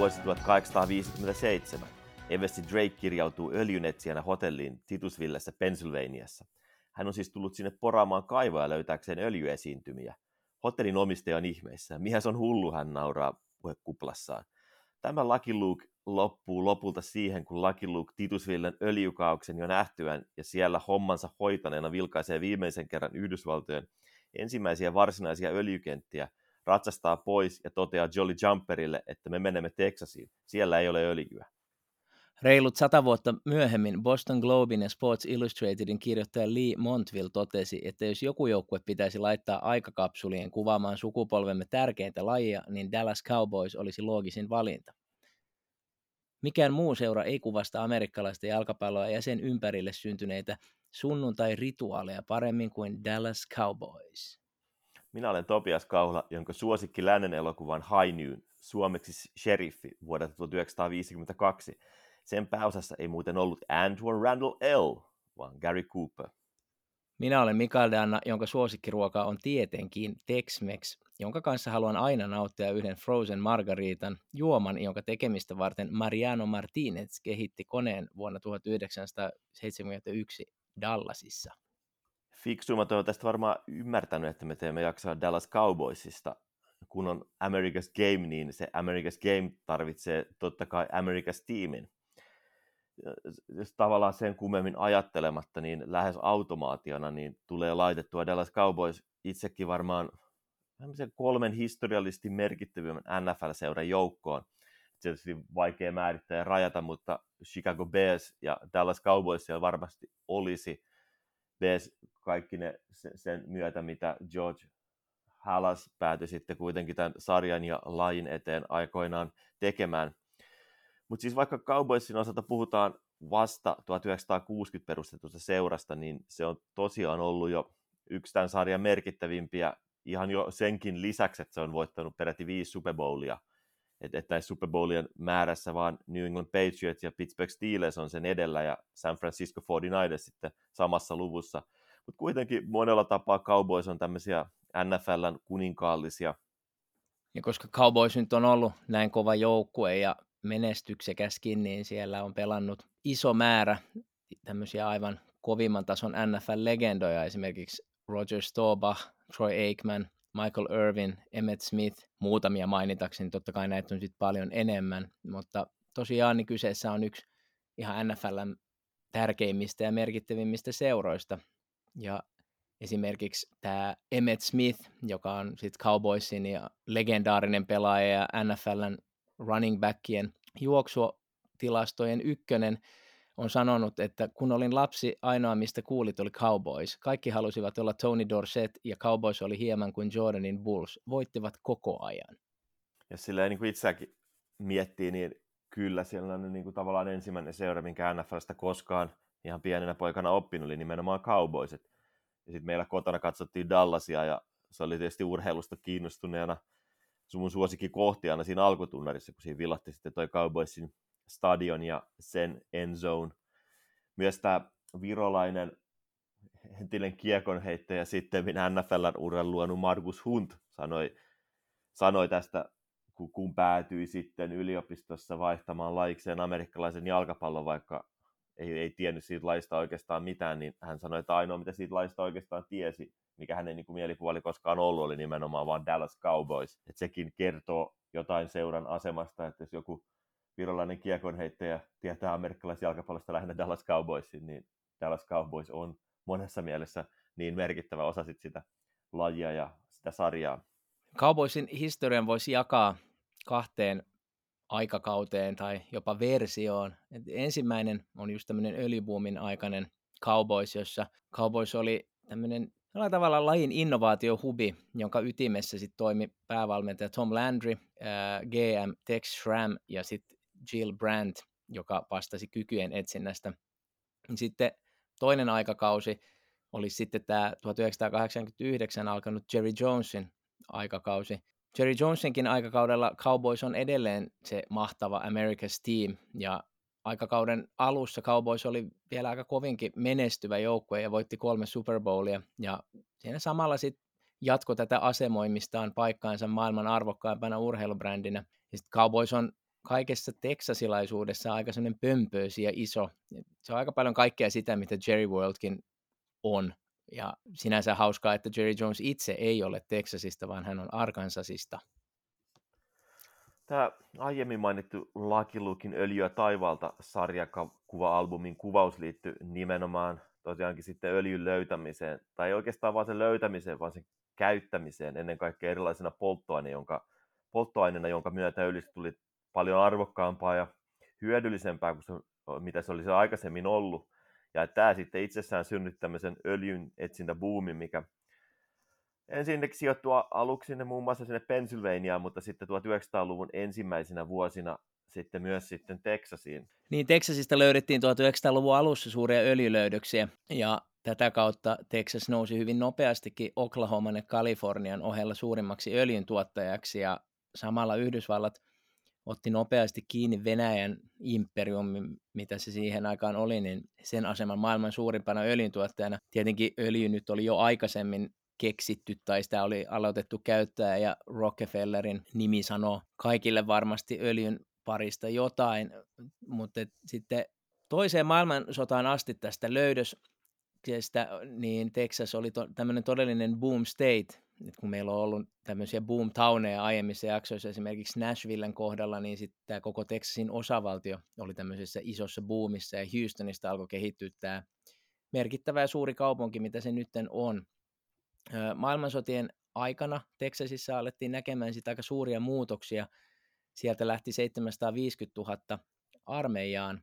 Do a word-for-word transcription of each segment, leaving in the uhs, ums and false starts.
vuosi tuhatkahdeksansataaviisikymmentäseitsemän. Eversti Drake kirjautuu öljynetsijänä hotelliin Titusvillessä, Pennsylvaniassa. Hän on siis tullut sinne poraamaan kaivoja löytääkseen öljyesiintymiä. Hotellin omistaja on ihmeissään. Mihes on hullu, hän nauraa puhekuplassaan. Tämä Lucky Luke loppuu lopulta siihen, kun Lucky Luke Titusvillen öljykauksen jo nähtyään ja siellä hommansa hoitaneena vilkaisee viimeisen kerran Yhdysvaltojen ensimmäisiä varsinaisia öljykenttiä, ratsastaa pois ja toteaa Jolly Jumperille, että me menemme Teksasiin. Siellä ei ole öljyä. Reilut sata vuotta myöhemmin Boston Globin ja Sports Illustratedin kirjoittaja Lee Montville totesi, että jos joku joukkue pitäisi laittaa aikakapsulien kuvaamaan sukupolvemme tärkeintä lajia, niin Dallas Cowboys olisi loogisin valinta. Mikään muu seura ei kuvasta amerikkalaista jalkapalloa ja sen ympärille syntyneitä sunnuntai-rituaaleja paremmin kuin Dallas Cowboys. Minä olen Topias Kauhla, jonka suosikki lännen elokuvan High Noon, suomeksi Sheriffi vuodelta tuhatyhdeksänsataaviisikymmentäkaksi. Sen pääosassa ei muuten ollut Antoine Randall L., vaan Gary Cooper. Minä olen Mikael Danna, jonka suosikkiruoka on tietenkin Tex-Mex, jonka kanssa haluan aina nauttia yhden Frozen Margaritan, juoman, jonka tekemistä varten Mariano Martinez kehitti koneen vuonna tuhatyhdeksänsataaseitsemänkymmentäyksi Dallasissa. Fiksuimmat on tästä varmaan ymmärtänyt, että me teemme jaksoa Dallas Cowboysista. Kun on America's Game, niin se America's Game tarvitsee totta kai America's Teamin. Jos tavallaan sen kummemmin ajattelematta, niin lähes automaationa niin tulee laitettua Dallas Cowboys itsekin varmaan kolmen historiallisesti merkittävimmän N F L-seuran joukkoon. Tietysti vaikea määrittää ja rajata, mutta Chicago Bears ja Dallas Cowboys siellä varmasti olisi. Bears kaikki ne sen myötä, mitä George Halas päätyi sitten kuitenkin tämän sarjan ja lajin eteen aikoinaan tekemään. Mutta siis vaikka Cowboysin osalta puhutaan vasta tuhatyhdeksänsataakuusikymmentä perustetusta seurasta, niin se on tosiaan ollut jo yksi tämän sarjan merkittävimpiä, ihan jo senkin lisäksi, että se on voittanut peräti viisi Super Bowlia. Että et näissä Super Bowlien määrässä vaan New England Patriots ja Pittsburgh Steelers on sen edellä ja San Francisco forty-niners sitten samassa luvussa. Mutta kuitenkin monella tapaa Cowboys on tämmöisiä N F L:n kuninkaallisia. Ja koska Cowboys nyt on ollut näin kova joukkue ja menestyksekäskin, niin siellä on pelannut iso määrä tämmöisiä aivan kovimman tason N F L-legendoja, esimerkiksi Roger Staubach, Troy Aikman, Michael Irvin, Emmitt Smith, muutamia mainitakseni, totta kai näitä on sitten paljon enemmän, mutta tosiaan niin kyseessä on yksi ihan N F L:n tärkeimmistä ja merkittävimmistä seuroista, ja esimerkiksi tämä Emmitt Smith, joka on sitten Cowboysin ja legendaarinen pelaaja ja N F L:n running backien juoksutilastojen ykkönen, on sanonut, että kun olin lapsi, ainoa mistä kuulit oli Cowboys. Kaikki halusivat olla Tony Dorsett ja Cowboys oli hieman kuin Jordanin Bulls. Voittivat koko ajan. Ja silleen niin kuin itseäkin miettii, niin kyllä siellä on niin kuin tavallaan ensimmäinen seura, minkä N F L:stä koskaan ihan pienenä poikana oppinut, oli nimenomaan Cowboys. Ja sitten meillä kotona katsottiin Dallasia ja se oli tietysti urheilusta kiinnostuneena mun suosikki kohti aina siinä alkutunnarissa, kun siinä villatti sitten toi Cowboysin stadion ja sen end zone. Myös tämä virolainen entinen kiekonheittäjä sitten N F L:n uran luonut Margus Hunt sanoi, sanoi tästä, kun, kun päätyi sitten yliopistossa vaihtamaan lajikseen amerikkalaisen jalkapallon, vaikka ei, ei tiennyt siitä lajista oikeastaan mitään, niin hän sanoi, että ainoa mitä siitä lajista oikeastaan tiesi, mikä hänen niin kuin mielikuva oli koskaan ollut, oli nimenomaan vaan Dallas Cowboys. Et sekin kertoo jotain seuran asemasta, että jos joku virolainen kiekonheittäjä tietää amerikkalaisjalkapallosta lähinnä Dallas Cowboysin, niin Dallas Cowboys on monessa mielessä niin merkittävä osa sit sitä lajia ja sitä sarjaa. Cowboysin historian voisi jakaa kahteen aikakauteen tai jopa versioon. Et ensimmäinen on just tämmöinen öljybuumin aikainen Cowboys, jossa Cowboys oli tämmöinen jollain tavalla lajin innovaatiohubi, jonka ytimessä sitten toimi päävalmentaja Tom Landry, äh, G M Tex Schramm ja sitten Jill Brandt, joka vastasi kykyjen etsinnästä. Sitten toinen aikakausi oli sitten tämä tuhatyhdeksänsataakahdeksankymmentäyhdeksän alkanut Jerry Jonesin aikakausi. Jerry Jonesinkin aikakaudella Cowboys on edelleen se mahtava America's Team, ja aikakauden alussa Cowboys oli vielä aika kovinkin menestyvä joukkue ja voitti kolme Super Bowlia, ja siinä samalla sitten jatkoi tätä asemoimistaan paikkaansa maailman arvokkaimpana urheilubrändinä. Ja sitten Cowboys on kaikessa teksasilaisuudessa aika semmoinen pömpöösi ja iso. Se on aika paljon kaikkea sitä, mitä Jerry Worldkin on. Ja sinänsä hauskaa, että Jerry Jones itse ei ole Texasista, vaan hän on Arkansasista. Tämä aiemmin mainittu Lucky Luken Öljyä taivaalta sarjakuva-albumin kuvaus liittyy nimenomaan tosiaankin sitten öljyn löytämiseen, tai ei oikeastaan vaan sen löytämiseen, vaan sen käyttämiseen ennen kaikkea erilaisena polttoaine, jonka, polttoaineena, jonka myötä öljystä tuli paljon arvokkaampaa ja hyödyllisempää kuin se, mitä se olisi aikaisemmin ollut. Ja tämä sitten itsessään synnytti tämmöisen öljyn etsintäbuumin, mikä ensinnäkin sijoittui aluksi sinne muun muassa sinne Pennsylvaniaan, mutta sitten tuhatyhdeksänsataaluvun ensimmäisenä vuosina sitten myös sitten Texasiin. Niin, Texasista löydettiin tuhatyhdeksänsataaluvun alussa suuria öljylöydöksiä, ja tätä kautta Texas nousi hyvin nopeastikin Oklahoman ja Kalifornian ohella suurimmaksi öljyntuottajaksi, ja samalla Yhdysvallat otti nopeasti kiinni Venäjän imperiumin, mitä se siihen aikaan oli, niin sen aseman maailman suurimpana öljyntuottajana. Tietenkin öljy nyt oli jo aikaisemmin keksitty tai sitä oli aloitettu käyttää, ja Rockefellerin nimi sanoo kaikille varmasti öljyn parista jotain, mutta sitten toiseen maailmansotaan asti tästä löydöksestä, niin Texas oli to, tämmöinen todellinen boom state, että kun meillä on ollut tämmöisiä boom towneja aiemmissa jaksoissa, esimerkiksi Nashvillen kohdalla, niin sitten tämä koko Texasin osavaltio oli tämmöisessä isossa boomissa, ja Houstonista alkoi kehittyä tämä merkittävä ja suuri kaupunki, mitä se nytten on. Maailmansotien aikana Texasissa alettiin näkemään sitä aika suuria muutoksia. Sieltä lähti seitsemänsataaviisikymmentätuhatta armeijaan,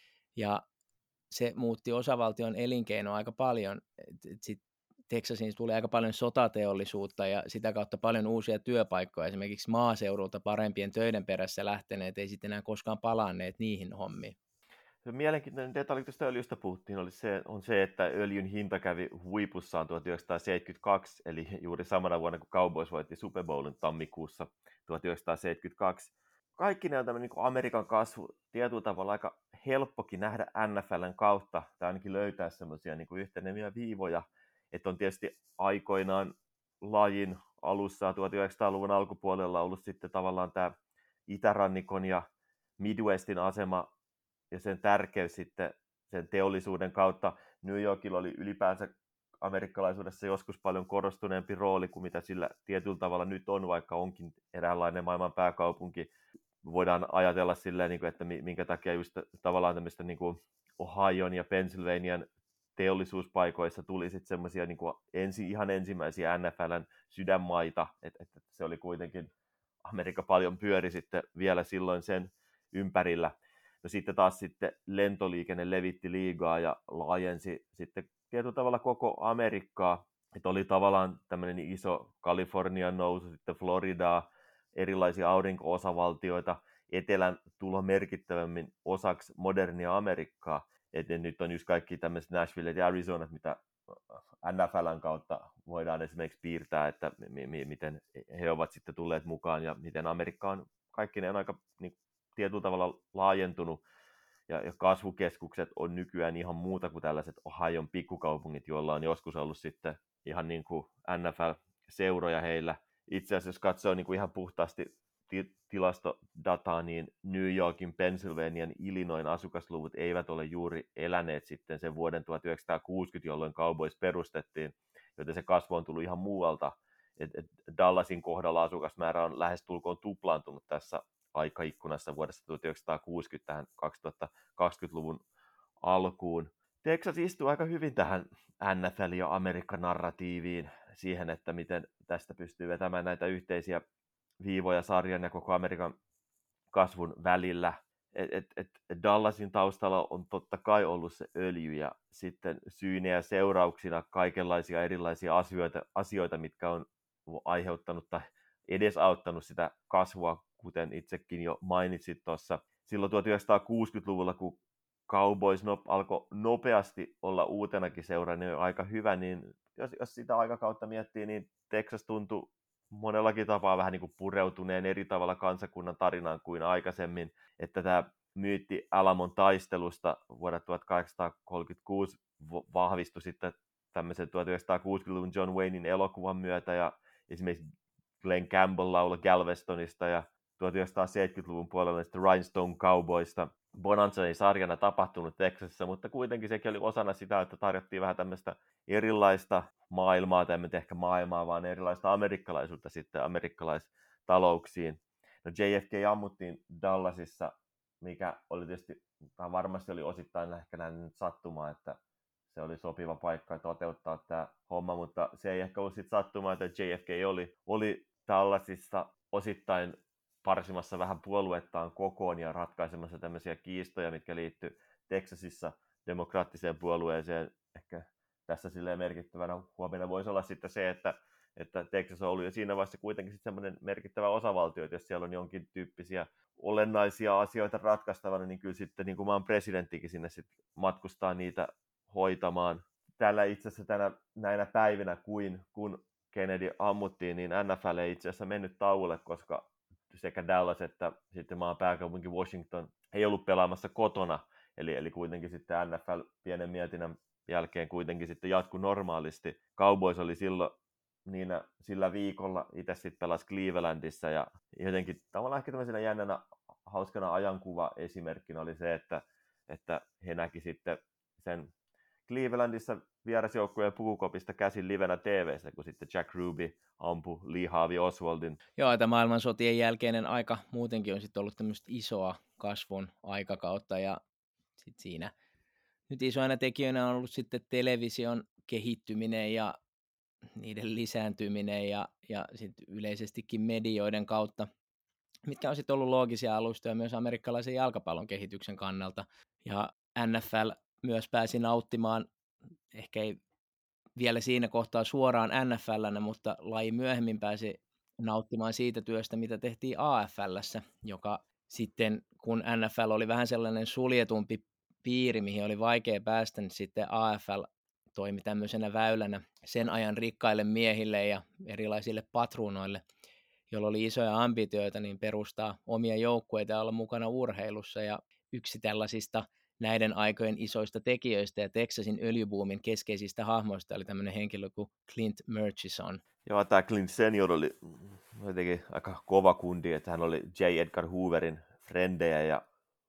ja se muutti osavaltion elinkeinoa aika paljon. Sitten Texasiin tuli aika paljon sotateollisuutta ja sitä kautta paljon uusia työpaikkoja. Esimerkiksi maaseudulta parempien töiden perässä lähteneet ei sitten enää koskaan palanneet niihin hommiin. Se mielenkiintoinen detalji, kun tästä öljystä puhuttiin, oli se, on se, että öljyn hinta kävi huipussaan tuhatyhdeksänsataaseitsemänkymmentäkaksi, eli juuri samana vuonna, kun Cowboys voitti Super Bowlin tammikuussa tuhatyhdeksänsataaseitsemänkymmentäkaksi. Kaikki ne on tämmöinen niin Amerikan kasvu tietyllä tavalla aika helppokin nähdä N F L:n kautta, tai ainakin löytää semmoisia niin yhteneviä viivoja, että on tietysti aikoinaan lajin alussa tuhatyhdeksänsataaluvun alkupuolella ollut sitten tavallaan tämä itärannikon ja Midwestin asema, ja sen tärkeys sitten sen teollisuuden kautta. New Yorkilla oli ylipäänsä amerikkalaisuudessa joskus paljon korostuneempi rooli kuin mitä sillä tietyllä tavalla nyt on, vaikka onkin eräänlainen maailman pääkaupunki. Voidaan ajatella silleen, että minkä takia just tavallaan tämmöistä niin kuin Ohion ja Pennsylvanian teollisuuspaikoissa tuli sitten semmoisia niin kuin ensi, ihan ensimmäisiä N F L:n sydänmaita, että, että se oli kuitenkin, Amerikka paljon pyöri sitten vielä silloin sen ympärillä. No sitten taas sitten lentoliikenne levitti liigaa ja laajensi sitten tietyllä tavalla koko Amerikkaa. Että oli tavallaan tämmöinen iso Kalifornian nousu, sitten Floridaa, erilaisia aurinko-osavaltioita, etelän tulo merkittävämmin osaksi modernia Amerikkaa. Että nyt on just kaikki tämmöiset Nashville ja Arizona, mitä N F L:n kautta voidaan esimerkiksi piirtää, että m- miten he ovat sitten tulleet mukaan ja miten Amerikka on, kaikki ne on aika niin tietyllä tavalla laajentunut, ja, ja kasvukeskukset on nykyään ihan muuta kuin tällaiset Ohion pikkukaupungit, joilla on joskus ollut sitten ihan niin kuin N F L-seuroja heillä. Itse asiassa jos katsoo niin kuin ihan puhtaasti ti- tilastodataa, niin New Yorkin, Pennsylvanian, Illinoisin asukasluvut eivät ole juuri eläneet sitten sen vuoden tuhatyhdeksänsataakuusikymmentä, jolloin Cowboys perustettiin, joten se kasvu on tullut ihan muualta. Et, et Dallasin kohdalla asukasmäärä on lähestulkoon tuplaantunut tässä aikaikkunassa vuodesta tuhatyhdeksänsataakuusikymmentä tähän kaksituhattakaksikymmentäluvun alkuun. Texas istuu aika hyvin tähän N F L- ja Amerikka-narratiiviin, siihen, että miten tästä pystyy vetämään näitä yhteisiä viivoja sarjan ja koko Amerikan kasvun välillä. Et, et, et Dallasin taustalla on totta kai ollut se öljy ja sitten syynä ja seurauksina kaikenlaisia erilaisia asioita, asioita mitkä on aiheuttanut tai edesauttanut sitä kasvua, kuten itsekin jo mainitsit tuossa. Silloin tuhatyhdeksänsataakuusikymmentäluvulla, kun Cowboys no, alkoi nopeasti olla uutenakin seura, niin aika hyvä, niin jos, jos sitä aikakautta miettii, niin Texas tuntui monellakin tapaa vähän niin kuin pureutuneen eri tavalla kansakunnan tarinaan kuin aikaisemmin, että tämä myytti Alamon taistelusta vuodelta tuhatkahdeksansataakolmekymmentäkuusi vahvistui sitten tämmöisen tuhatyhdeksänsataakuusikymmentäluvun John Waynein elokuvan myötä, ja esimerkiksi Glenn Campbell lauloi Galvestonista, ja tuhatyhdeksänsataaseitsemänkymmentäluvun puolella sitten Rhinestone Cowboysta. Bonanza ei sarjana tapahtunut Texasissa, mutta kuitenkin sekin oli osana sitä, että tarjottiin vähän tämmöistä erilaista maailmaa, tai en ehkä maailmaa, vaan erilaista amerikkalaisuutta sitten amerikkalaistalouksiin. No J F K ammuttiin Dallasissa, mikä oli tietysti, varmasti oli osittain ehkä näin sattumaa, että se oli sopiva paikka toteuttaa tämä homma, mutta se ei ehkä ollut sit sattumaa, että J F K oli, oli Dallasissa osittain parsimassa vähän puoluettaan kokoon ja ratkaisemassa tämmöisiä kiistoja, mitkä liittyy Texasissa demokraattiseen puolueeseen. Ehkä tässä silleen merkittävänä huomenna voisi olla sitten se, että, että Texas on ollut jo siinä vaiheessa kuitenkin sitten semmoinen merkittävä osavaltio, että jos siellä on jonkin tyyppisiä olennaisia asioita ratkaistavana, niin kyllä sitten niin kuin maan presidenttikin sinne sitten matkustaa niitä hoitamaan. Tällä itse asiassa tänä, näinä päivinä, kuin, kun Kennedy ammuttiin, niin N F L ei itse asiassa mennyt tauolle, koska sekä Dallas että sitten maan pääkaupunki Washington ei ollut pelaamassa kotona, eli, eli kuitenkin sitten N F L pienen mietinnän jälkeen kuitenkin sitten jatkui normaalisti. Cowboys oli silloin niinä, sillä viikolla itse sitten pelasi Clevelandissa, ja jotenkin tavallaan ehkä tämmöisenä jännänä hauskana ajankuva esimerkkinä oli se, että, että he näki sitten sen Clevelandissa vierasjoukkueen pukukopista käsin livenä T V:ssä, kun sitten Jack Ruby ampui Lee Harvey Oswaldin. Joo, tämä maailmansotien jälkeinen aika muutenkin on sitten ollut tämmöistä isoa kasvun aikakautta, ja sitten siinä nyt isoina tekijöinä on ollut sitten television kehittyminen ja niiden lisääntyminen ja, ja sitten yleisestikin medioiden kautta, mitkä on sitten ollut loogisia alustoja myös amerikkalaisen jalkapallon kehityksen kannalta. Ja N F L myös pääsi nauttimaan, ehkä ei vielä siinä kohtaa suoraan N F L:nä, mutta laji myöhemmin pääsi nauttimaan siitä työstä, mitä tehtiin A F L:ssä, joka sitten, kun N F L oli vähän sellainen suljetumpi piiri, mihin oli vaikea päästä, niin sitten A F L toimi tämmöisenä väylänä sen ajan rikkaille miehille ja erilaisille patruunoille, joilla oli isoja ambitioita, niin perustaa omia joukkueita ja olla mukana urheilussa. Ja yksi tällaisista näiden aikojen isoista tekijöistä ja Texasin öljybuumin keskeisistä hahmoista oli tämmöinen henkilö kuin Clint Murchison. Joo, tämä Clint Senior oli jotenkin aika kova kundi, että hän oli J. Edgar Hooverin frendejä ja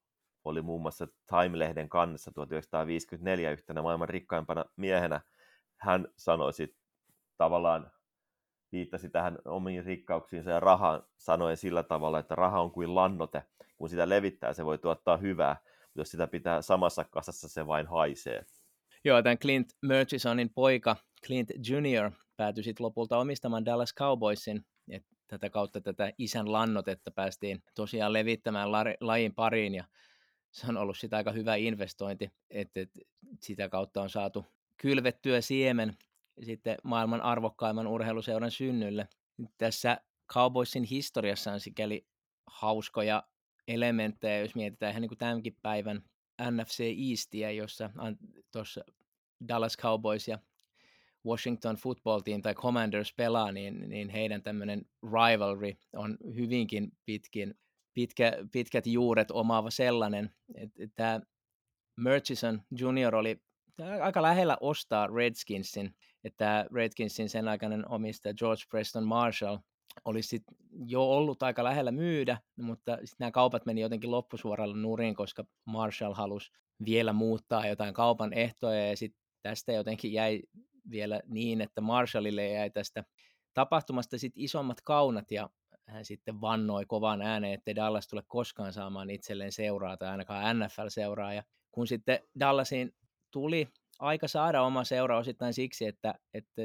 oli muun muassa Time-lehden kannessa tuhatyhdeksänsataaviisikymmentäneljä yhtenä maailman rikkaimpana miehenä. Hän sanoi sitten tavallaan, viittasi tähän omiin rikkauksiinsa ja rahaan sanoen sillä tavalla, että raha on kuin lannote. Kun sitä levittää, se voi tuottaa hyvää. Jos sitä pitää samassa kasassa, se vain haisee. Joo, tämän Clint Murchisonin poika Clint junior päätyi sitten lopulta omistamaan Dallas Cowboysin. Et tätä kautta tätä isän lannotetta päästiin tosiaan levittämään la- lajin pariin, ja se on ollut sitä aika hyvä investointi, että et sitä kautta on saatu kylvettyä siemen sitten maailman arvokkaimman urheiluseuran synnylle. Tässä Cowboysin historiassa on sikäli hauskoja elementtejä, jos mietitään ihan niin kuin tämänkin päivän N F C Eastia, jossa tuossa Dallas Cowboys ja Washington Football Team tai Commanders pelaa, niin, niin heidän tämmöinen rivalry on hyvinkin pitkin, pitkä, pitkät juuret omaava sellainen. Tämä Murchison junior oli aika lähellä ostaa Redskinsin, että Redskinsin sen aikainen omistaja George Preston Marshall olisi sit jo ollut aika lähellä myydä, mutta sitten nämä kaupat meni jotenkin loppusuoralla nurin, koska Marshall halusi vielä muuttaa jotain kaupan ehtoja, ja sitten tästä jotenkin jäi vielä niin, että Marshallille jäi tästä tapahtumasta sit isommat kaunat, ja hän sitten vannoi kovaan ääneen, ettei Dallas tule koskaan saamaan itselleen seuraa tai ainakaan N F L-seuraa. Ja kun sitten Dallasiin tuli aika saada oma seura osittain siksi, että, että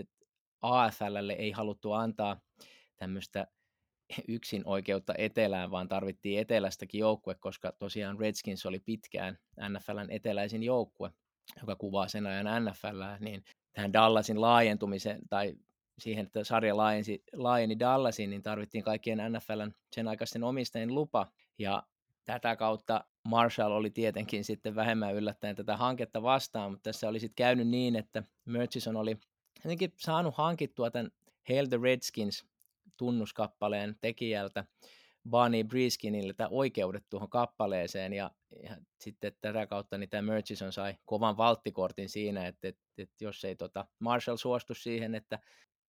A F L:lle ei haluttu antaa tämmöistä yksin oikeutta etelään, vaan tarvittiin etelästäkin joukkue, koska tosiaan Redskins oli pitkään N F L:n eteläisin joukkue, joka kuvaa sen ajan N F L:ää, niin tähän Dallasin laajentumiseen tai siihen, että sarja laajensi, laajeni Dallasiin, niin tarvittiin kaikkien N F L:n sen aikaisten omistajien lupa, ja tätä kautta Marshall oli tietenkin sitten vähemmän yllättäen tätä hanketta vastaan, mutta tässä oli sitten käynyt niin, että Murchison oli jotenkin saanut hankittua tämän Hail the Redskins tunnuskappaleen tekijältä Bonnie Briskinille tämä oikeudet tuohon kappaleeseen, ja, ja sitten tätä kautta niin tämä Murchison sai kovan valttikortin siinä, että, että, että jos ei tota Marshall suostu siihen, että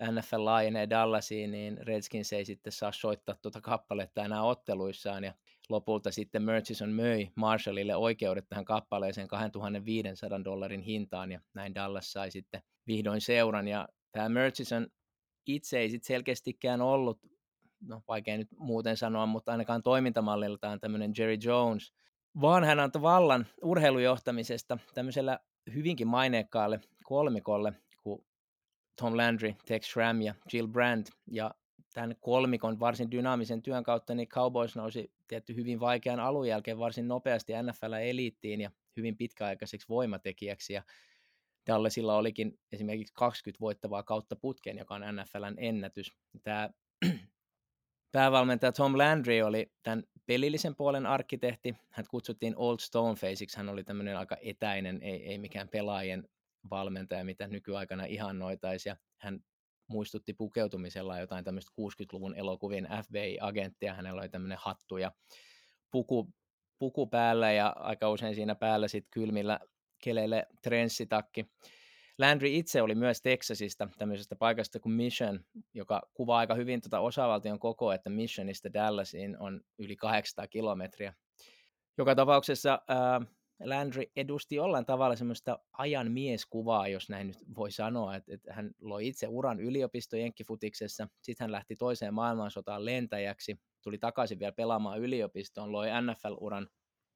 N F L laajenee Dallasiin, niin Redskins ei sitten saa soittaa tuota kappaletta enää otteluissaan, ja lopulta sitten Murchison möi Marshallille oikeudet tähän kappaleeseen kaksituhattaviisisataa dollarin hintaan, ja näin Dallas sai sitten vihdoin seuran, ja tämä Murchison itse ei sitten selkeästikään ollut, no vaikea nyt muuten sanoa, mutta ainakaan toimintamalliltaan tämmöinen Jerry Jones, vaan hän antoi vallan urheilujohtamisesta tämmöisellä hyvinkin maineikkaalle kolmikolle, kuin Tom Landry, Tex Schramm ja Jill Brandt, ja tämän kolmikon varsin dynaamisen työn kautta niin Cowboys nousi tietty hyvin vaikean alun jälkeen varsin nopeasti N F L-eliittiin ja hyvin pitkäaikaiseksi voimatekijäksi, ja Dallasilla olikin esimerkiksi kaksikymmentä voittavaa kautta putkeen, joka on N F L:n ennätys. Tämä päävalmentaja Tom Landry oli tämän pelillisen puolen arkkitehti. Hän kutsuttiin Old Stonefaceiksi. Hän oli tämmöinen aika etäinen, ei, ei mikään pelaajien valmentaja, mitä nykyaikana ihannoitaisi. Ja hän muistutti pukeutumisella jotain tämmöistä kuusikymmentäluvun elokuvien F B I-agenttia. Hänellä oli tämmöinen hattu ja puku, puku päällä ja aika usein siinä päällä sitten kylmillä keleille trenssitakki. Landry itse oli myös Texasista, tämmöisestä paikasta kuin Mission, joka kuvaa aika hyvin tuota osavaltion kokoa, että Missionista Dallasiin on yli kahdeksansataa kilometriä. Joka tapauksessa ää, Landry edusti jollain tavalla semmoista ajan mieskuvaa, jos näin nyt voi sanoa, että, että hän loi itse uran yliopisto jenkkifutiksessa, sitten hän lähti toiseen maailmansotaan lentäjäksi, tuli takaisin vielä pelaamaan yliopistoon, loi N F L-uran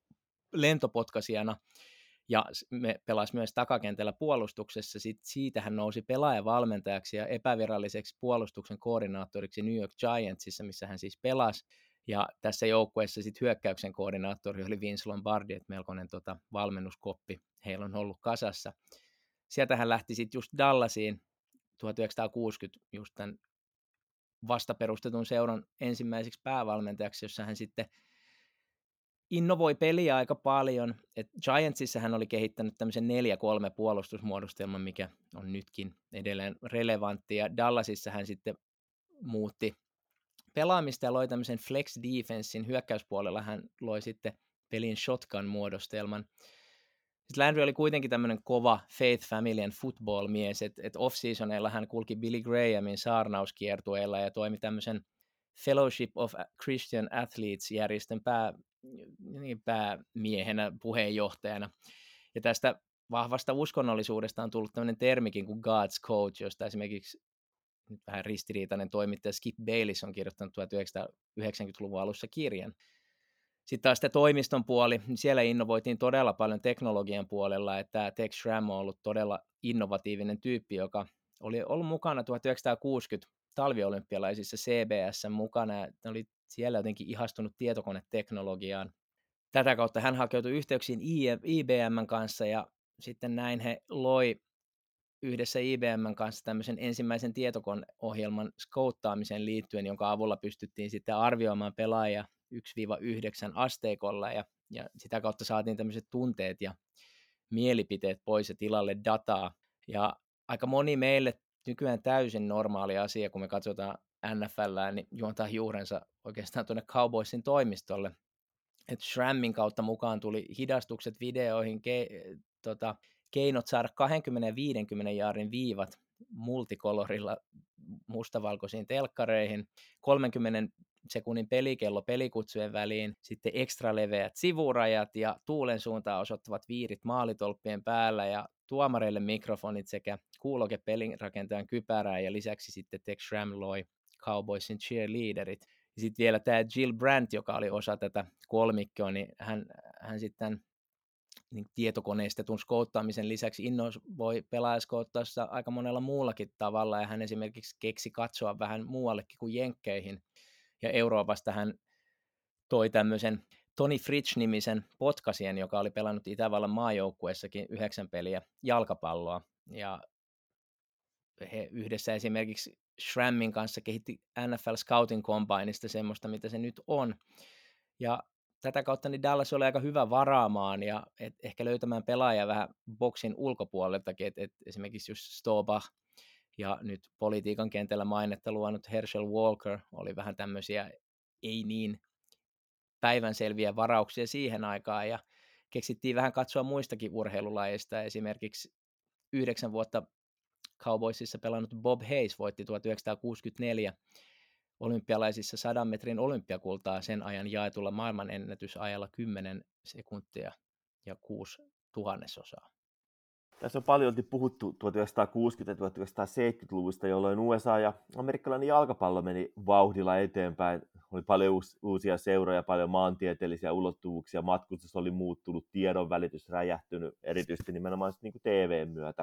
lentopotkaisijana, ja me pelasi myös takakentällä puolustuksessa. Sitten siitä hän nousi pelaajavalmentajaksi ja epäviralliseksi puolustuksen koordinaattoriksi New York Giantsissa, missä hän siis pelasi. Ja tässä joukkueessa sitten hyökkäyksen koordinaattori oli Vince Lombardi, että melkoinen tota, valmennuskoppi heillä on ollut kasassa. Sieltä hän lähti sitten just Dallasiin tuhatyhdeksänsataakuusikymmentä just tämän vastaperustetun seuran ensimmäiseksi päävalmentajaksi, jossa hän sitten innovoi peliä aika paljon. Et Giantsissa hän oli kehittänyt tämmöisen neljä kolme puolustusmuodostelman, mikä on nytkin edelleen relevantti, ja Dallasissa hän sitten muutti pelaamista ja loi tämmöisen flex defensin. Hyökkäyspuolella hän loi sitten pelin shotgun-muodostelman. Sitten Landry oli kuitenkin tämmöinen kova Faith Family and Football-mies, että et off-seasoneilla hän kulki Billy Grahamin saarnauskiertueella ja toimi tämmöisen Fellowship of Christian Athletes-järjestön pää, niin päämiehenä, puheenjohtajana. Ja tästä vahvasta uskonnollisuudesta on tullut tämmöinen termikin kuin God's Coach, josta esimerkiksi nyt vähän ristiriitainen toimittaja Skip Bayless on kirjoittanut tuhatyhdeksänsataayhdeksänkymmentäluvun alussa kirjan. Sitten taas tämä toimiston puoli, niin siellä innovoitiin todella paljon teknologian puolella, että tämä Tex Schramm on ollut todella innovatiivinen tyyppi, joka oli ollut mukana tuhatyhdeksänsataakuusikymmentä talviolympialaisissa C B S:n mukana, ja ne oli siellä jotenkin ihastunut tietokoneteknologiaan. Tätä kautta hän hakeutui yhteyksiin I B M:n kanssa, ja sitten näin he loi yhdessä I B M:n kanssa tämmöisen ensimmäisen tietokoneohjelman skouttaamiseen liittyen, jonka avulla pystyttiin sitten arvioimaan pelaajia yksi yhdeksän asteikolla, ja, ja sitä kautta saatiin tämmöiset tunteet ja mielipiteet pois ja tilalle dataa. Ja aika moni meille nykyään täysin normaali asia, kun me katsotaan N F L:ää, niin juontaa juurensa oikeastaan tuonne Cowboysin toimistolle. Et Schrammin kautta mukaan tuli hidastukset videoihin, ke- tota, keinot saada kaksikymmentä viisikymmentä jaarin viivat multikolorilla mustavalkoisiin telkkareihin, kolmenkymmenen sekunnin pelikello pelikutsujen väliin, sitten ekstra leveät sivurajat ja tuulen suuntaan osoittavat viirit maalitolppien päällä ja tuomareille mikrofonit sekä kuuloke pelinrakentajan kypärää, ja lisäksi sitten Tex Schramm loi Cowboysin cheerleaderit. Ja sitten vielä tämä Jill Brandt, joka oli osa tätä kolmikkoa, niin hän, hän sitten niin tietokoneistetun skouttaamisen lisäksi innovoi pelaajaskouttausta aika monella muullakin tavalla, ja hän esimerkiksi keksi katsoa vähän muuallekin kuin Jenkkeihin. Ja Euroopasta hän toi tämmöisen Tony Fritsch-nimisen potkasien, joka oli pelannut Itävallan maajoukkueessakin yhdeksän peliä jalkapalloa. Ja he yhdessä esimerkiksi Schrammin kanssa kehitti N F L Scouting Combineista semmoista, mitä se nyt on. Ja tätä kautta niin Dallas oli aika hyvä varaamaan ja et ehkä löytämään pelaajia vähän boksin ulkopuoleltakin. Et, et esimerkiksi just Staubach ja nyt politiikan kentällä mainetta luonut Herschel Walker oli vähän tämmöisiä ei niin päivänselviä varauksia siihen aikaan, ja keksittiin vähän katsoa muistakin urheilulajeista, esimerkiksi yhdeksän vuotta Cowboysissa pelannut Bob Hayes voitti tuhatyhdeksänsataakuusikymmentäneljä olympialaisissa sadan metrin olympiakultaa sen ajan jaetulla maailmanennätysajalla kymmenen sekuntia ja kuusi tuhannesosaa. Tässä on paljon puhuttu tuhatyhdeksänsataakuusikymmentä- ja tuhatyhdeksänsataaseitsemänkymmentäluvusta, jolloin U S A ja amerikkalainen jalkapallo meni vauhdilla eteenpäin. Oli paljon uusia seuroja, paljon maantieteellisiä ulottuvuuksia, matkustus oli muuttunut, tiedonvälitys räjähtynyt, erityisesti nimenomaan niin kuin T V:n myötä.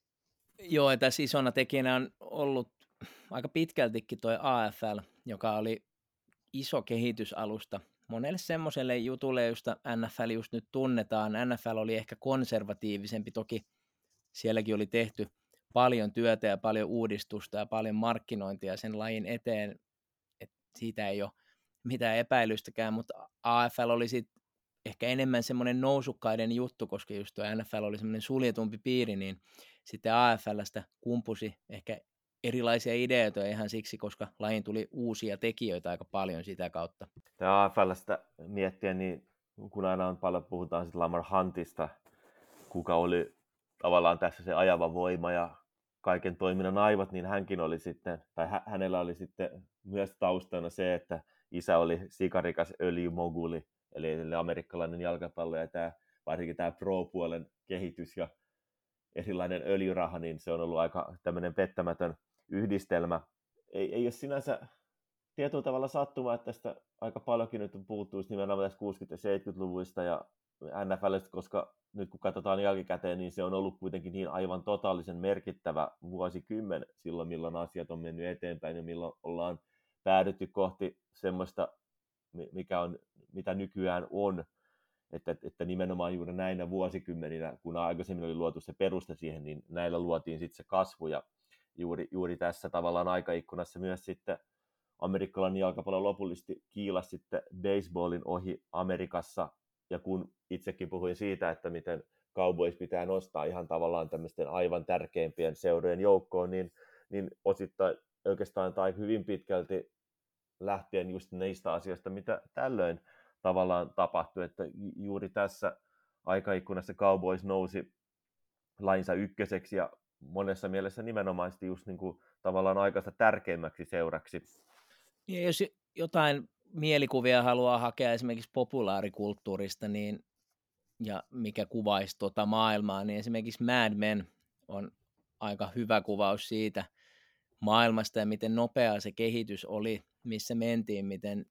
Joo, ja tässä isona tekijänä on ollut aika pitkältikin toi A F L, joka oli iso kehitysalusta monelle semmoiselle jutulle, josta N F L just nyt tunnetaan. N F L oli ehkä konservatiivisempi, toki sielläkin oli tehty paljon työtä ja paljon uudistusta ja paljon markkinointia sen lajin eteen, että siitä ei ole mitään epäilystäkään, mutta A F L oli sitten ehkä enemmän semmoinen nousukkaiden juttu, koska just tuo N F L oli semmoinen suljetumpi piiri, niin sitten A F L:stä kumpusi ehkä erilaisia ideoita ihan siksi, koska lajiin tuli uusia tekijöitä aika paljon sitä kautta. Tämä A F L:stä miettien, niin kun aina on paljon puhutaan sit Lamar Huntista, kuka oli tavallaan tässä se ajava voima ja kaiken toiminnan aivot, niin hänkin oli sitten, tai hä- hänellä oli sitten myös taustana se, että isä oli sikarikas öljymoguli, eli, eli amerikkalainen jalkapallo, ja tämä, varsinkin tämä pro-puolen kehitys ja erilainen öljyraha, niin se on ollut aika tämmöinen pettämätön yhdistelmä. Ei, ei ole sinänsä tietyllä tavalla sattumaa, että tästä aika paljonkin nyt puuttuu nimenomaan tässä kuusikymmentä- ja seitsemänkymmentäluvuista ja N F L:stä, koska nyt kun katsotaan jälkikäteen, niin se on ollut kuitenkin niin aivan totaalisen merkittävä vuosikymmen silloin, milloin asiat on mennyt eteenpäin ja milloin ollaan päädytty kohti semmoista, mikä on, mitä nykyään on, että, että nimenomaan juuri näinä vuosikymmeninä, kun aikaisemmin oli luotu se peruste siihen, niin näillä luotiin sitten se kasvu ja juuri, juuri tässä tavallaan aikaikkunassa myös sitten amerikkalainen jalkapallo lopullisesti kiilasi sitten baseballin ohi Amerikassa, ja kun itsekin puhuin siitä, että miten Cowboys pitää nostaa ihan tavallaan tämmöisten aivan tärkeimpien seurojen joukkoon, niin, niin osittain oikeastaan tai hyvin pitkälti lähtien just niistä asioista, mitä tällöin tavallaan tapahtui, että juuri tässä aikaikkunassa Cowboys nousi lainsa ykköseksi ja monessa mielessä nimenomaisesti just niin kuin tavallaan aikaista tärkeimmäksi seuraksi. Ja jos jotain mielikuvia haluaa hakea esimerkiksi populaarikulttuurista, niin, ja mikä kuvaisi tuota maailmaa, niin esimerkiksi Mad Men on aika hyvä kuvaus siitä maailmasta ja miten nopeaa se kehitys oli, missä mentiin, miten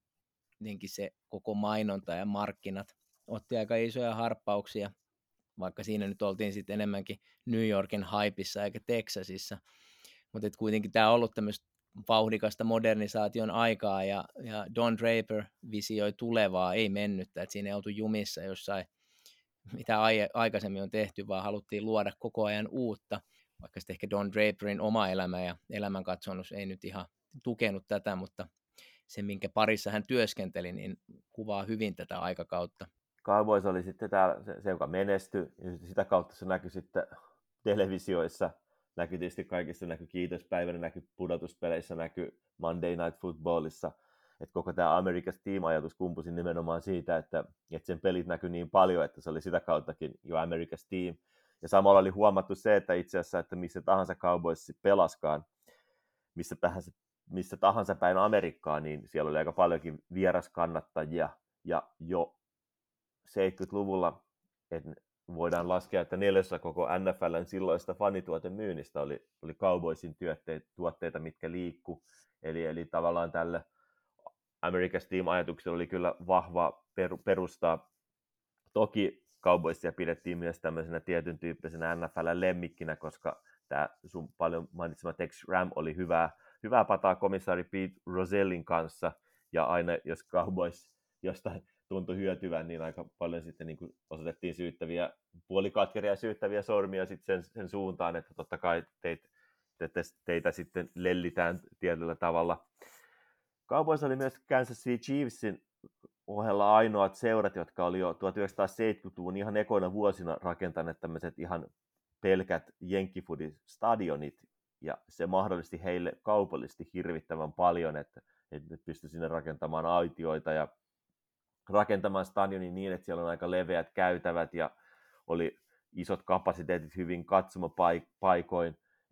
se koko mainonta ja markkinat otti aika isoja harppauksia, vaikka siinä nyt oltiin sitten enemmänkin New Yorkin hypissa eikä Texasissa, mutta kuitenkin tämä on ollut tämmöistä vauhdikasta modernisaation aikaa, ja, ja Don Draper visioi tulevaa, ei mennyttä, että siinä ei oltu jumissa jossain, mitä ai- aikaisemmin on tehty, vaan haluttiin luoda koko ajan uutta, vaikka sitten ehkä Don Draperin oma elämä ja elämänkatsonnus ei nyt ihan tukenut tätä, mutta se, minkä parissa hän työskenteli, niin kuvaa hyvin tätä aikakautta. Cowboys oli sitten täällä se, se joka menestyi, ja sitä kautta se näkyi sitten televisioissa, näkyi tietysti kaikissa, näkyi kiitospäivänä, näkyi pudotuspeleissä, näkyi Monday Night Footballissa, että koko tämä America's Team-ajatus kumpusi nimenomaan siitä, että, että sen pelit näkyi niin paljon, että se oli sitä kauttakin jo America's Team, ja samalla oli huomattu se, että itse asiassa, että missä tahansa Cowboys pelaskaan, missä tahansa, missä tahansa päin Amerikkaa, niin siellä oli aika paljonkin vieraskannattajia, ja jo seitsemänkymmentäluvulla, että voidaan laskea, että neljässä koko N F L:n silloista fanituotemyynnistä oli, oli Cowboysin tuotteita, tuotteita, mitkä liikku. Eli, eli tavallaan tälle America's Team-ajatukselle oli kyllä vahva per, perustaa. Toki Cowboysia pidettiin myös tämmöisenä tietyn tyyppisenä N F L-lemmikkinä, koska tämä sun paljon mainitsema Tex Ram oli hyvää, hyvää pataa komissaari Pete Rozellin kanssa, ja aina jos Cowboys jostain tuntui hyötyvän, niin aika paljon sitten niin kuin osoitettiin syyttäviä, puolikatkeria syyttäviä sormia sitten sen, sen suuntaan, että totta kai teitä, teitä, teitä sitten lellitään tietyllä tavalla. Cowboys oli myös Kansas City Chiefsin ohella ainoat seurat, jotka oli jo tuhatyhdeksänsataaseitsemänkymmentäluvun ihan ekoina vuosina rakentaneet tämmöiset ihan pelkät jenkkifudistadionit, ja se mahdollisti heille kaupallisesti hirvittävän paljon, että, että ne pystyi sinne rakentamaan aitioita ja rakentamaan stadionin niin, että siellä on aika leveät käytävät ja oli isot kapasiteetit hyvin katsomapaikoin.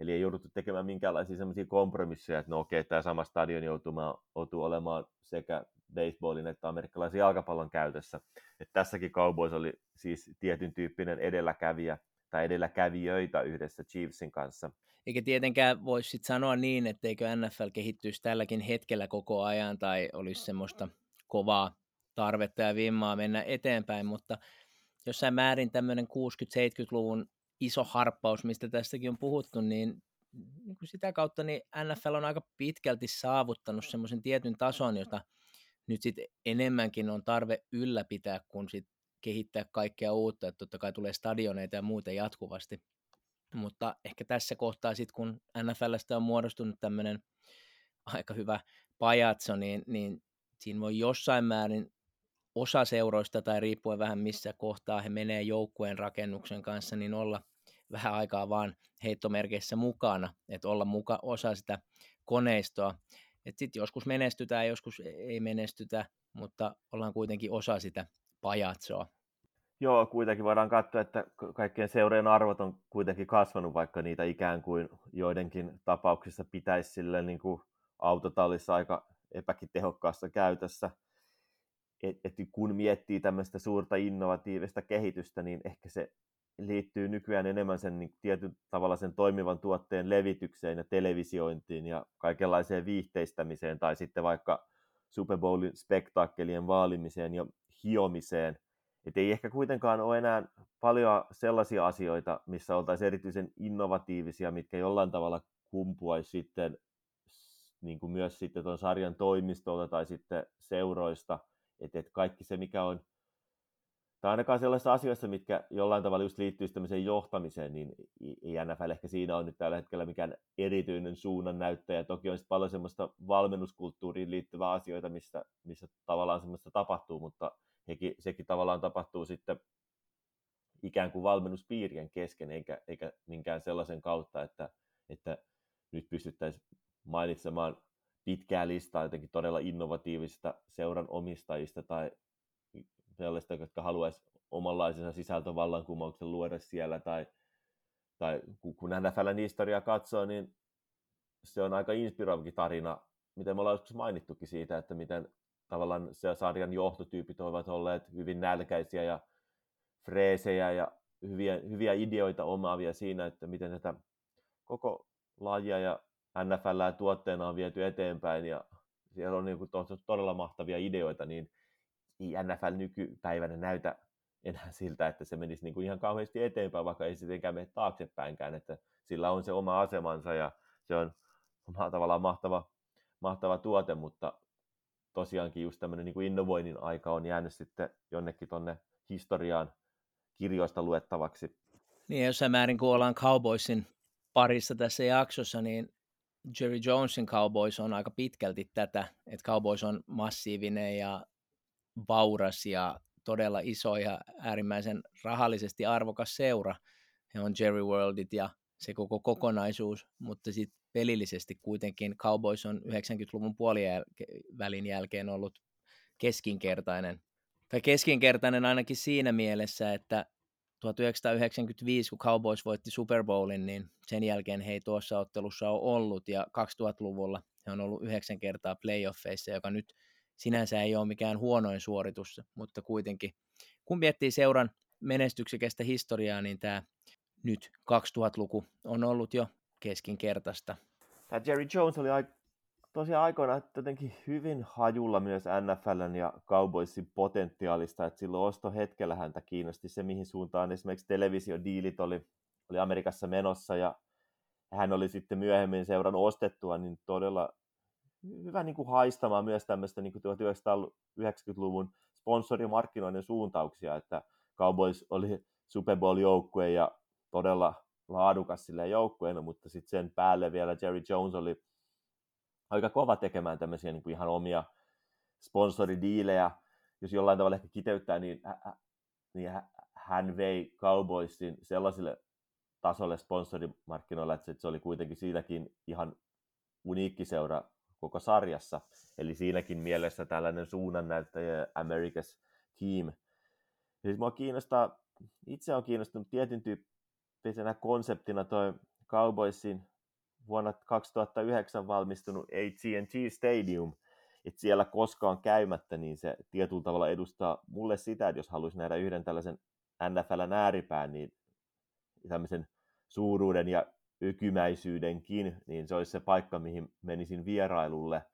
eli ei jouduttu tekemään minkäänlaisia semmoisia kompromisseja, että no okei, tämä sama stadion joutuu, joutuu olemaan sekä baseballin että amerikkalaisen jalkapallon käytössä. Että tässäkin Cowboys oli siis tietyn tyyppinen edelläkävijä tai edelläkävijöitä yhdessä Chiefsin kanssa. Eikä tietenkään voisi sit sanoa niin, etteikö N F L kehittyisi tälläkin hetkellä koko ajan tai olisi semmoista kovaa tarvetta ja vimmaa mennä eteenpäin, mutta jossain määrin tämmöinen kuusikymmentä-seitsemänkymmentäluvun iso harppaus, mistä tästäkin on puhuttu, niin sitä kautta niin N F L on aika pitkälti saavuttanut semmoisen tietyn tason, jota nyt sitten enemmänkin on tarve ylläpitää, kun sit kehittää kaikkea uutta, että totta kai tulee stadioneita ja muuta jatkuvasti. Mutta ehkä tässä kohtaa sitten, kun N F L:stä on muodostunut tämmöinen aika hyvä pajatso, niin, niin siinä voi jossain määrin osa seuroista tai riippuen vähän missä kohtaa he menee joukkueen rakennuksen kanssa, niin olla vähän aikaa vaan heittomerkeissä mukana, että olla muka osa sitä koneistoa. Että sitten joskus menestytään, joskus ei menestytä, mutta ollaan kuitenkin osa sitä pajatsoa. Joo, kuitenkin voidaan katsoa, että kaikkien seurojen arvot on kuitenkin kasvanut, vaikka niitä ikään kuin joidenkin tapauksissa pitäisi sille niin kuin autotallissa aika epäkin tehokkaassa käytössä. Et, et kun miettii tämmöistä suurta innovatiivista kehitystä, niin ehkä se liittyy nykyään enemmän sen niin tietyn tavalla sen toimivan tuotteen levitykseen ja televisiointiin ja kaikenlaiseen viihteistämiseen tai sitten vaikka Super Bowlin spektaakkelien vaalimiseen ja hiomiseen. Et ei ehkä kuitenkaan ole enää paljon sellaisia asioita, missä oltaisiin erityisen innovatiivisia, mitkä jollain tavalla kumpuaisi sitten niin kuin myös sitten tuon sarjan toimistolta tai sitten seuroista. Että et kaikki se, mikä on, tai ainakaan sellaisissa asioissa, mitkä jollain tavalla just liittyisi tämmöiseen johtamiseen, niin ei N F L ehkä siinä on nyt tällä hetkellä mikään erityinen suunnannäyttäjä. Toki on paljon semmoista valmennuskulttuuriin liittyvää asioita, missä, missä tavallaan semmoista tapahtuu, mutta hekin, sekin tavallaan tapahtuu sitten ikään kuin valmennuspiirien kesken, eikä, eikä minkään sellaisen kautta, että, että nyt pystyttäisiin mainitsemaan pitkää listaa jotenkin todella innovatiivisista seuran omistajista tai sellaista, jotka haluaisi omanlaisensa sisältövallankumouksen luoda siellä, tai, tai kun N F L:n historiaa katsoo, niin se on aika inspiroivakin tarina, miten me ollaan joskus mainittukin siitä, että miten tavallaan se sarjan johtotyypit ovat olleet hyvin nälkäisiä ja freesejä ja hyviä, hyviä ideoita omaavia siinä, että miten tätä koko lajia ja N F L:ää tuotteena on viety eteenpäin ja siellä on niin kuin todella mahtavia ideoita, niin ei N F L nykypäivänä näytä enää siltä, että se menisi niin kuin ihan kauheasti eteenpäin, vaikka ei sittenkään mene taaksepäinkään, että sillä on se oma asemansa ja se on tavallaan mahtava, mahtava tuote, mutta tosiaankin just tämmöinen niin kuin innovoinnin aika on jäänyt sitten jonnekin tonne historiaan kirjoista luettavaksi. Niin, jossain määrin kun ollaan Cowboysin parissa tässä jaksossa, niin Jerry Jonesin Cowboys on aika pitkälti tätä, että Cowboys on massiivinen ja vauras ja todella iso ja äärimmäisen rahallisesti arvokas seura. He on Jerry Worldit ja se koko kokonaisuus, mutta sitten pelillisesti kuitenkin Cowboys on yhdeksänkymmentäluvun puolivälin jälkeen ollut keskinkertainen. Tai keskinkertainen ainakin siinä mielessä, että tuhatyhdeksänsataayhdeksänkymmentäviisi, kun Cowboys voitti Super Bowlin, niin sen jälkeen he ei tuossa ottelussa ole ollut, ja kaksituhattaluvulla he on ollut yhdeksän kertaa playoffeissa, joka nyt sinänsä ei ole mikään huonoin suoritus, mutta kuitenkin, kun miettii seuran menestyksekästä historiaa, niin tämä nyt kaksituhattaluku on ollut jo keskinkertaista. Tämä Jerry Jones oli aik- tosiaan aikoinaan jotenkin hyvin hajulla myös N F L:n ja Cowboysin potentiaalista, että silloin ostohetkellä häntä kiinnosti se, mihin suuntaan esimerkiksi televisiodiilit oli, oli Amerikassa menossa, ja hän oli sitten myöhemmin seuran ostettua, niin todella hyvä niin kuin haistamaan myös tämmöistä niin kuin tuhatyhdeksänsataayhdeksänkymmentäluvun sponsorimarkkinoinnin suuntauksia, että Cowboys oli Super Bowl-joukkue ja todella laadukas silleen joukkueena, mutta sitten sen päälle vielä Jerry Jones oli aika kova tekemään tämmöisiä niin kuin ihan omia sponsoridiilejä. Jos jollain tavalla ehkä kiteyttää, niin, hä, niin hän vei Cowboysin sellaiselle tasolle sponsorimarkkinoilla, että se oli kuitenkin siitäkin ihan uniikki seura koko sarjassa. Eli siinäkin mielessä tällainen suunnannäyttäjä America's Team. Siis mua kiinnostaa, itse on kiinnostunut tietyn tyyppisenä konseptina toi Cowboysin vuonna kaksituhattayhdeksän valmistunut A T and T Stadium, että siellä koskaan käymättä, niin se tietyllä tavalla edustaa mulle sitä, että jos haluaisi nähdä yhden tällaisen N F L:n ääripään, niin tämmöisen suuruuden ja ykymäisyydenkin, niin se olisi se paikka, mihin menisin vierailulle,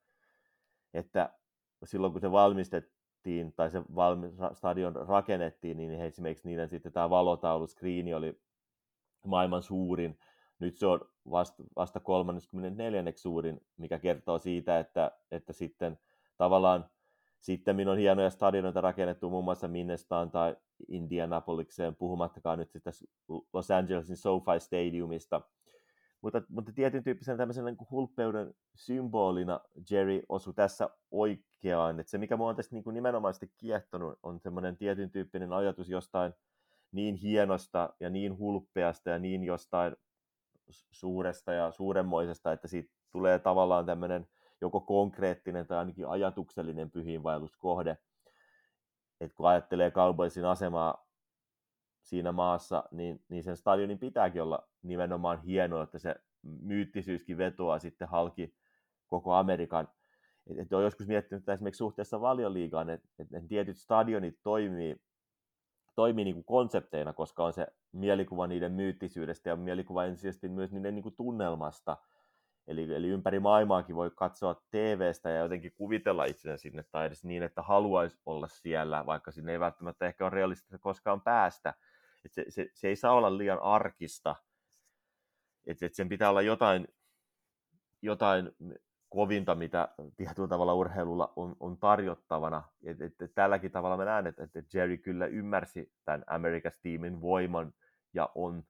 että silloin kun se valmistettiin tai se valmi- stadion rakennettiin, niin esimerkiksi niiden sitten tämä valotauluskriini oli maailman suurin. Nyt se on vasta, vasta kolmaskymmenesneljäs suurin, mikä kertoo siitä, että, että sitten tavallaan sitten on hienoja stadioneita rakennettu muun muassa Minnestaan tai Indianapolikseen, puhumattakaan nyt sitten Los Angelesin SoFi Stadiumista. Mutta, mutta tietyn tyyppisen tämmöisen niin kuin hulppeuden symbolina Jerry osui tässä oikeaan. Että se, mikä minua on tässä niin kuin nimenomaisesti kiehtonut, on semmoinen tietyn tyyppinen ajatus jostain niin hienosta ja niin hulppeasta ja niin jostain suuresta ja suuremmoisesta, että siitä tulee tavallaan tämmöinen joko konkreettinen tai ainakin ajatuksellinen pyhiinvaelluskohde. Että kun ajattelee Cowboysin asemaa siinä maassa, niin, niin sen stadionin pitääkin olla nimenomaan hieno, että se myyttisyyskin vetoaa sitten halki koko Amerikan. Et, et olen joskus miettinyt, että esimerkiksi suhteessa Valioliigaan, että et ne tietyt stadionit toimii, toimii niin kuin konsepteina, koska on se mielikuva niiden myyttisyydestä ja mielikuva ensisijaisesti myös niiden niin kuin tunnelmasta. Eli, eli ympäri maailmaakin voi katsoa T V:stä ja jotenkin kuvitella itsensä sinne, tai edes niin, että haluaisi olla siellä, vaikka sinne ei välttämättä ehkä ole realistista koskaan päästä. Et se, se, se ei saa olla liian arkista, että et sen pitää olla jotain, jotain kovinta, mitä tietyllä tavalla urheilulla on, on tarjottavana. Et, et, et tälläkin tavalla mä näen, että et Jerry kyllä ymmärsi tämän America's Teamin voiman ja on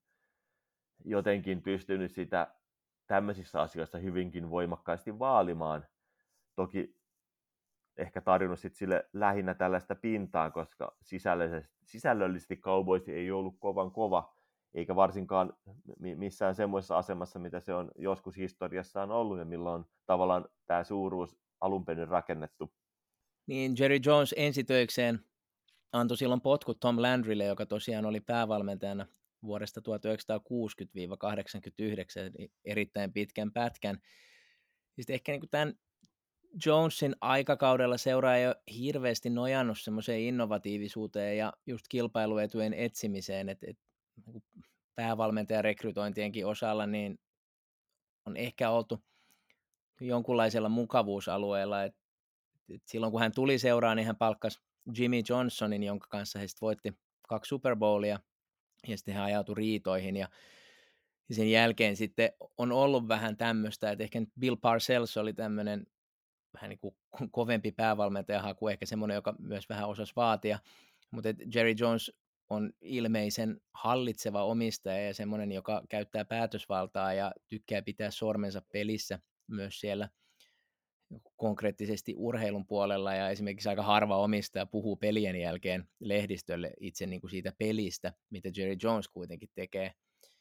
jotenkin pystynyt sitä tämmöisissä asioissa hyvinkin voimakkaasti vaalimaan. Toki ehkä tarjonnut sit sille lähinnä tällaista pintaa, koska sisällöllisesti, sisällöllisesti Cowboys ei ollut kovan kova, eikä varsinkaan missään semmoisessa asemassa, mitä se on joskus historiassaan ollut ja milloin tavallaan tämä suuruus alun perin rakennettu. Niin Jerry Jones ensitöikseen antoi silloin potkut Tom Landrylle, joka tosiaan oli päävalmentajana vuodesta tuhatyhdeksänsataakuusikymmentä kahdeksankymmentäyhdeksän, erittäin pitkän pätkän. Sitten ehkä niin kuin tämän Jonesin aikakaudella seuraa ei ole hirveästi nojannut semmoiseen innovatiivisuuteen ja just kilpailuetujen etsimiseen, että, että päävalmentajan rekrytointienkin osalla niin on ehkä oltu jonkunlaisella mukavuusalueella, että, että silloin kun hän tuli seuraan, niin hän palkkasi Jimmy Johnsonin, jonka kanssa he sitten voitti kaksi Super Bowlia, ja sitten he ajautui riitoihin, ja sen jälkeen sitten on ollut vähän tämmöistä, että ehkä Bill Parcells oli tämmöinen vähän niin kuin kovempi päävalmentajahaku, ehkä semmoinen, joka myös vähän osasi vaatia, mutta Jerry Jones on ilmeisen hallitseva omistaja ja semmoinen, joka käyttää päätösvaltaa ja tykkää pitää sormensa pelissä myös siellä konkreettisesti urheilun puolella, ja esimerkiksi aika harva omistaja puhuu pelien jälkeen lehdistölle itse niin kuin siitä pelistä, mitä Jerry Jones kuitenkin tekee.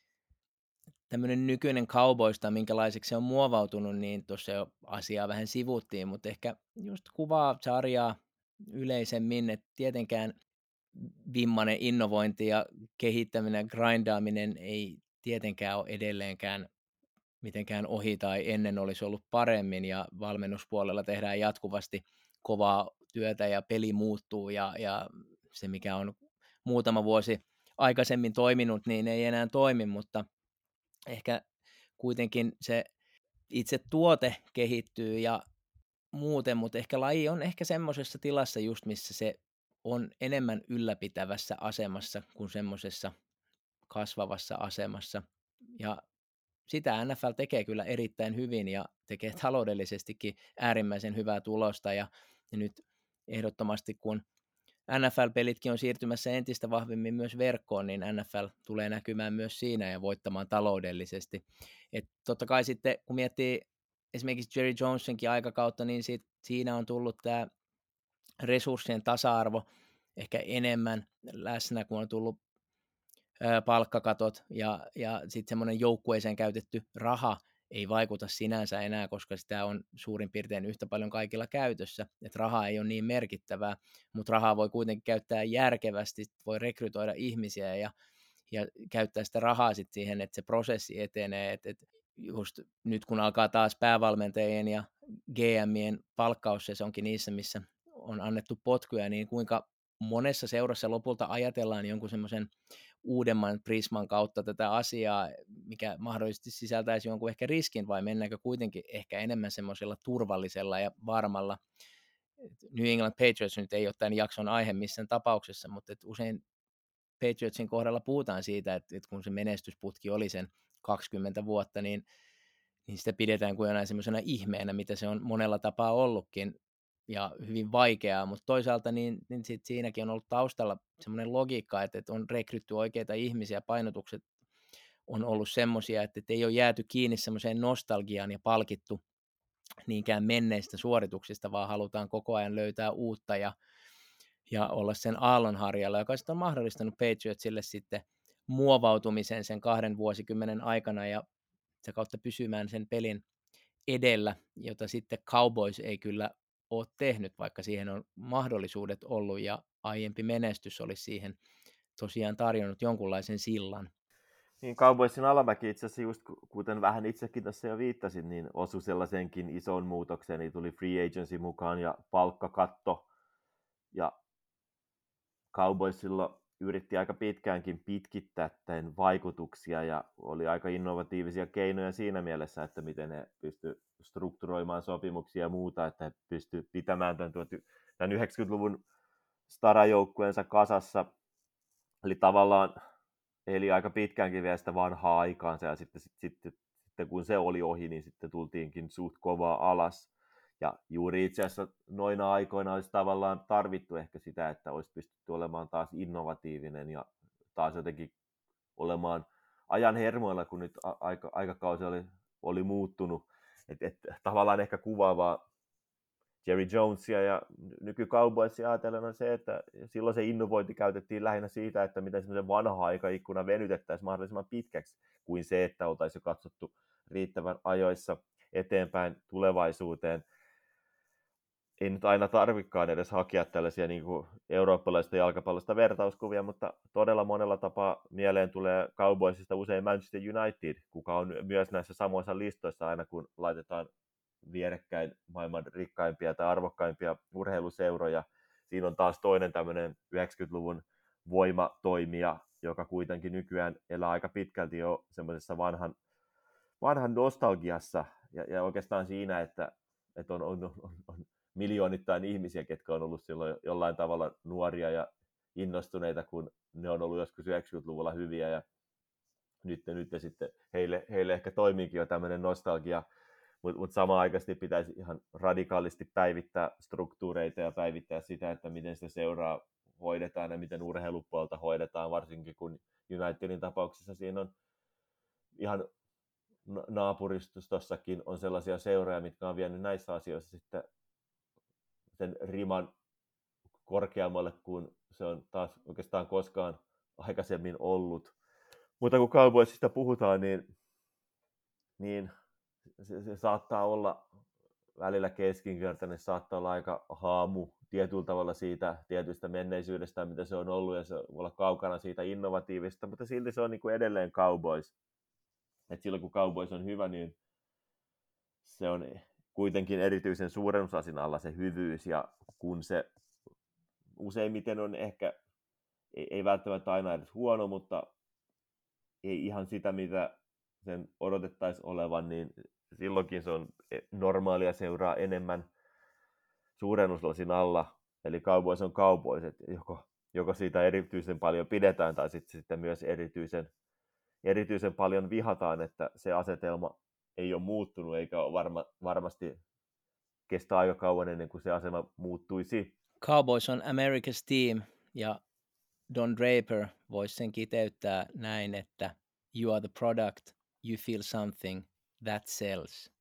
Tämmöinen nykyinen Cowboysta, minkälaiseksi se on muovautunut, niin tuossa jo asiaa vähän sivuttiin, mutta ehkä just kuvaa sarjaa yleisemmin, että tietenkään vimmainen innovointi ja kehittäminen ja grindaaminen ei tietenkään ole edelleenkään mitenkään ohi tai ennen olisi ollut paremmin, ja valmennuspuolella tehdään jatkuvasti kovaa työtä ja peli muuttuu, ja, ja se mikä on muutama vuosi aikaisemmin toiminut, niin ei enää toimi, mutta ehkä kuitenkin se itse tuote kehittyy ja muuten, mutta ehkä laji on ehkä semmoisessa tilassa just, missä se on enemmän ylläpitävässä asemassa kuin semmoisessa kasvavassa asemassa, ja sitä N F L tekee kyllä erittäin hyvin ja tekee taloudellisestikin äärimmäisen hyvää tulosta, ja, ja nyt ehdottomasti kun N F L-pelitkin on siirtymässä entistä vahvemmin myös verkkoon, niin N F L tulee näkymään myös siinä ja voittamaan taloudellisesti. Et totta kai sitten, kun miettii esimerkiksi Jerry Jonesinkin aikakautta, niin siitä, siinä on tullut tämä resurssien tasa-arvo ehkä enemmän läsnä, kun on tullut ää, palkkakatot, ja, ja sitten semmoinen joukkueeseen käytetty raha ei vaikuta sinänsä enää, koska sitä on suurin piirtein yhtä paljon kaikilla käytössä, että raha ei ole niin merkittävää, mutta rahaa voi kuitenkin käyttää järkevästi, voi rekrytoida ihmisiä ja, ja käyttää sitä rahaa sitten siihen, että se prosessi etenee, että et just nyt kun alkaa taas päävalmentajien ja G M:ien palkkaussesonkin niissä, missä on annettu potkuja, niin kuinka monessa seurassa lopulta ajatellaan jonkun semmoisen uudemman prisman kautta tätä asiaa, mikä mahdollisesti sisältäisi jonkun ehkä riskin, vai mennäänkö kuitenkin ehkä enemmän semmoisella turvallisella ja varmalla. New England Patriots nyt ei ole tämän jakson aihe missään tapauksessa, mutta et usein Patriotsin kohdalla puhutaan siitä, että, että kun se menestysputki oli sen kaksikymmentä vuotta, niin, niin sitä pidetään kuin jonain semmoisena ihmeenä, mitä se on monella tapaa ollutkin, ja hyvin vaikeaa, mutta toisaalta niin, niin sit siinäkin on ollut taustalla semmoinen logiikka, että, että on rekrytty oikeita ihmisiä, painotukset on ollut semmoisia, että, että ei ole jääty kiinni semmoiseen nostalgiaan ja palkittu niinkään menneistä suorituksista, vaan halutaan koko ajan löytää uutta ja, ja olla sen aallonharjalla, joka sitten on mahdollistanut Patriotsille sitten muovautumisen sen kahden vuosikymmenen aikana ja sitä kautta pysymään sen pelin edellä, jota sitten Cowboys ei kyllä ole tehnyt, vaikka siihen on mahdollisuudet ollut ja aiempi menestys olisi siihen tosiaan tarjonnut jonkunlaisen sillan. Niin Cowboysin alamäki itse asiassa just kuten vähän itsekin tässä jo viittasin, niin osui sellaisenkin isoon muutokseen, niin tuli free agency mukaan ja palkkakatto, ja Cowboysilla yritti aika pitkäänkin pitkittää tämän vaikutuksia ja oli aika innovatiivisia keinoja siinä mielessä, että miten he pystyivät strukturoimaan sopimuksia ja muuta, että he pystyivät pitämään tämän, tämän yhdeksänkymmentäluvun starajoukkueensa kasassa, eli tavallaan eli aika pitkäänkin vielä sitä vanhaa aikaansa, ja sitten, sitten, sitten, sitten kun se oli ohi, niin sitten tultiinkin suht kovaa alas. Ja juuri itse asiassa noina aikoina olisi tavallaan tarvittu ehkä sitä, että olisi pystytty olemaan taas innovatiivinen ja taas jotenkin olemaan ajan hermoilla, kun nyt aika, aikakausi oli, oli muuttunut. Et, et, tavallaan ehkä kuvaavaa Jerry Jonesia ja nyky-Cowboysia ajatellen on se, että silloin se innovointi käytettiin lähinnä siitä, että miten semmoisen vanha aikaikkuna venytettäisiin mahdollisimman pitkäksi, kuin se, että oltaisiin katsottu riittävän ajoissa eteenpäin tulevaisuuteen. Ei nyt aina tarvikaan edes hakea tällaisia niin kuin eurooppalaisista jalkapallosta vertauskuvia, mutta todella monella tapaa mieleen tulee Cowboysista usein Manchester United, kuka on myös näissä samoissa listoissa aina, kun laitetaan vierekkäin maailman rikkaimpia tai arvokkaimpia urheiluseuroja. Siinä on taas toinen tämmöinen yhdeksänkymmentäluvun voimatoimija, joka kuitenkin nykyään elää aika pitkälti jo semmoisessa vanhan, vanhan nostalgiassa ja, ja oikeastaan siinä, että, että on, on, on, on miljoonittain ihmisiä, ketkä on ollut silloin jollain tavalla nuoria ja innostuneita, kun ne on ollut joskus yhdeksänkymmentäluvulla hyviä ja nyt, nyt ja sitten heille, heille ehkä toimiikin jo tämmöinen nostalgia, mutta mut samaan aikaisesti pitäisi ihan radikaalisti päivittää struktuureita ja päivittää sitä, että miten sitä seuraa hoidetaan ja miten urheilupuolta hoidetaan, varsinkin kun Unitedin tapauksessa siinä on ihan naapuristostossakin on sellaisia seuroja, mitkä on vienyt näissä asioissa sitten sen riman korkeammalle, kun se on taas oikeastaan koskaan aikaisemmin ollut. Mutta kun Cowboysista puhutaan, niin, niin se, se saattaa olla välillä keskinkertainen, saattaa olla aika haamu tietyllä tavalla siitä tietystä menneisyydestä, mitä se on ollut, ja se voi olla kaukana siitä innovatiivista, mutta silti se on niin kuin edelleen Cowboys. Et silloin kun Cowboys on hyvä, niin se on kuitenkin erityisen suurennuslasin alla se hyvyys, ja kun se useimmiten on ehkä, ei, ei välttämättä aina edes huono, mutta ei ihan sitä, mitä sen odotettaisiin olevan, niin silloinkin se on normaalia seuraa enemmän suurennuslasin alla. Eli Cowboys on Cowboys, että joko, joko siitä erityisen paljon pidetään tai sitten, sitten myös erityisen, erityisen paljon vihataan, että se asetelma ei ole muuttunut eikä ole varma, varmasti kestää aika kauan ennen kuin se asema muuttuisi. Cowboys on America's team ja Don Draper voisi sen kiteyttää näin, että you are the product, you feel something, that sells.